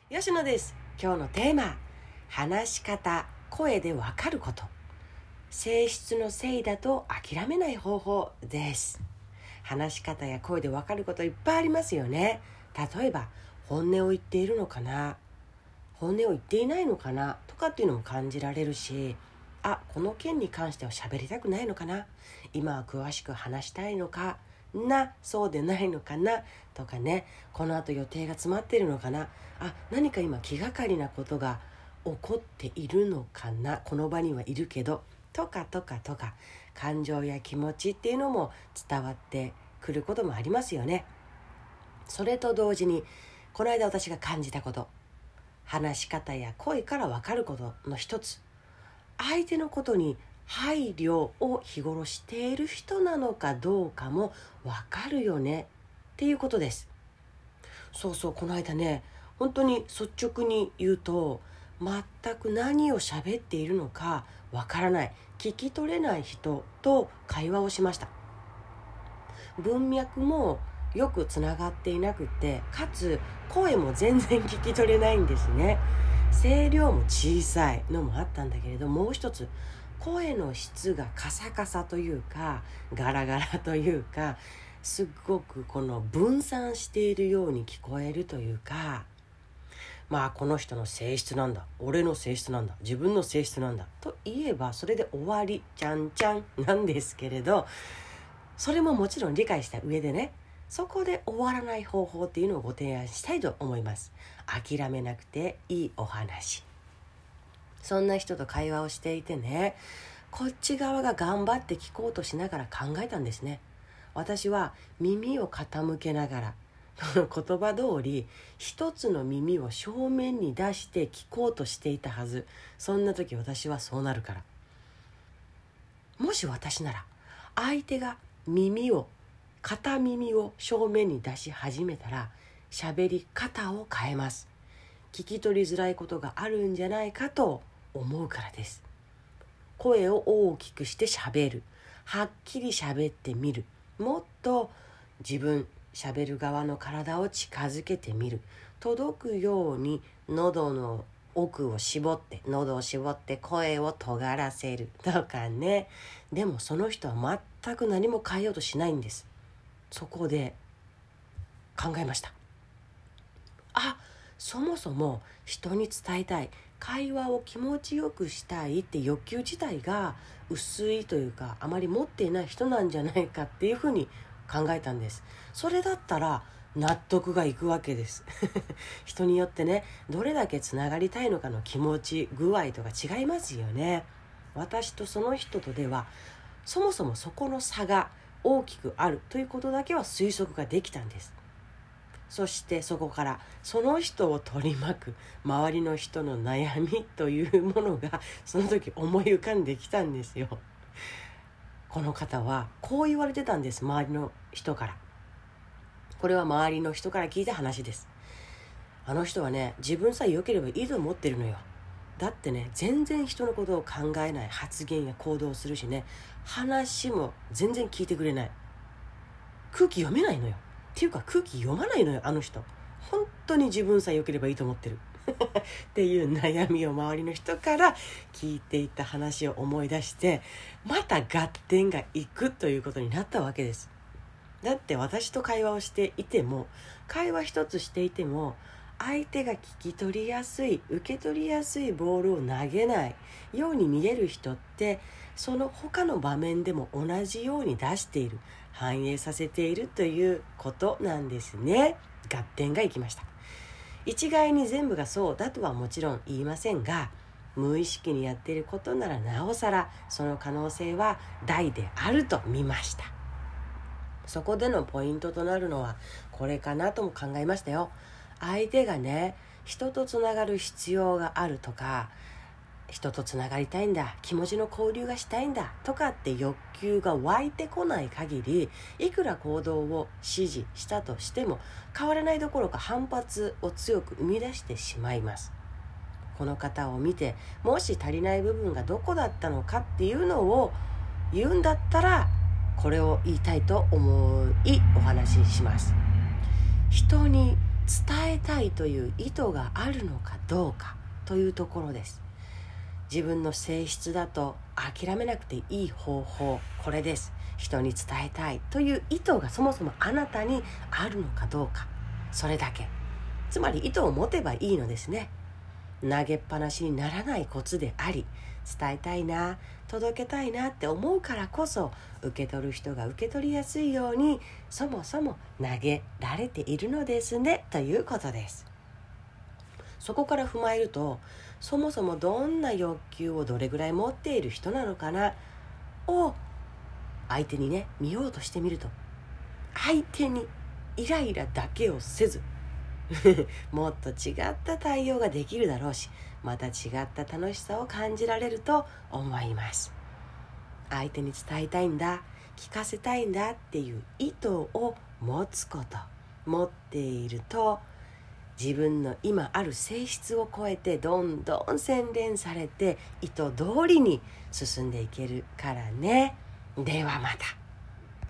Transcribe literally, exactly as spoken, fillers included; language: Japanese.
吉野です。今日のテーマ、話し方、声でわかること。性質のせいだと諦めない方法です。話し方や声でわかることいっぱいありますよね。例えば、本音を言っているのかな、本音を言っていないのかなとかっていうのも感じられるし、あ、この件に関しては喋りたくないのかな、今は詳しく話したいのかな、そうでないのかなとかね、この後予定が詰まっているのかな、あ、何か今気がかりなことが起こっているのかな、この場にはいるけどとかとかとか、感情や気持ちっていうのも伝わってくることもありますよね。それと同時に、この間私が感じたこと、話し方や声から分かることの一つ、相手のことに配慮を日頃している人なのかどうかも分かるよねっていうことです。そうそう、この間ね、本当に率直に言うと、全く何を喋っているのか分からない、聞き取れない人と会話をしました。文脈もよくつながっていなくて、かつ声も全然聞き取れないんですね。声量も小さいのもあったんだけれど、もう一つ声の質がカサカサというかガラガラというか、すっごくこの分散しているように聞こえるというか、まあこの人の性質なんだ、俺の性質なんだ、自分の性質なんだと言えばそれで終わり、ちゃんちゃんなんですけれど、それももちろん理解した上でね、そこで終わらない方法っていうのをご提案したいと思います。諦めなくていいお話。そんな人と会話をしていてね、こっち側が頑張って聞こうとしながら考えたんですね。私は耳を傾けながら、言葉通り一つの耳を正面に出して聞こうとしていたはず。そんな時私はそうなるから。もし私なら、相手が耳を片耳を正面に出し始めたら、喋り方を変えます。聞き取りづらいことがあるんじゃないかと思うからです。声を大きくして喋る、はっきり喋ってみる、もっと自分喋る側の体を近づけてみる、届くように喉の奥を絞って喉を絞って声を尖らせるとかね。でもその人は全く何も変えようとしないんです。そこで考えました。あ、そもそも人に伝えたい、会話を気持ちよくしたいって欲求自体が薄いというか、あまり持っていない人なんじゃないかっていうふうに考えたんです。それだったら納得がいくわけです人によってね、どれだけつながりたいのかの気持ち具合とか違いますよね。私とその人とでは、そもそもそこの差が大きくあるということだけは推測ができたんです。そしてそこからその人を取り巻く周りの人の悩みというものがその時思い浮かんできたんですよ。この方はこう言われてたんです、周りの人から。これは周りの人から聞いた話です。あの人はね、自分さえ良ければいいと思ってるのよ。だってね、全然人のことを考えない発言や行動をするしね、話も全然聞いてくれない、空気読めないのよ。っていうか空気読まないのよ、あの人。本当に自分さえ良ければいいと思ってるっていう悩みを周りの人から聞いていた話を思い出して、また合点がいくということになったわけです。だって私と会話をしていても、会話一つしていても、相手が聞き取りやすい、受け取りやすいボールを投げないように見える人って、その他の場面でも同じように出している、反映させているということなんですね。合点がいきました。一概に全部がそうだとはもちろん言いませんが、無意識にやっていることならなおさらその可能性は大であると見ました。そこでのポイントとなるのはこれかなとも考えましたよ。相手がね、人とつながる必要があるとか、人とつながりたいんだ、気持ちの交流がしたいんだとかって欲求が湧いてこない限り、いくら行動を指示したとしても変わらないどころか反発を強く生み出してしまいます。この方を見て、もし足りない部分がどこだったのかっていうのを言うんだったら、これを言いたいと思いお話しします。人に伝えたいという意図があるのかどうかというところです。自分の性質だと諦めなくていい方法、これです。人に伝えたいという意図がそもそもあなたにあるのかどうか、それだけ。つまり意図を持てばいいのですね。投げっぱなしにならないコツであり、伝えたいな、届けたいなって思うからこそ、受け取る人が受け取りやすいようにそもそも投げられているのですねということです。そこから踏まえると、そもそもどんな欲求をどれぐらい持っている人なのかなを相手にね見ようとしてみると、相手にイライラだけをせずもっと違った対応ができるだろうし、また違った楽しさを感じられると思います。相手に伝えたいんだ、聞かせたいんだっていう意図を持つこと、持っていると自分の今ある性質を超えてどんどん洗練されて意図通りに進んでいけるからね。ではまた。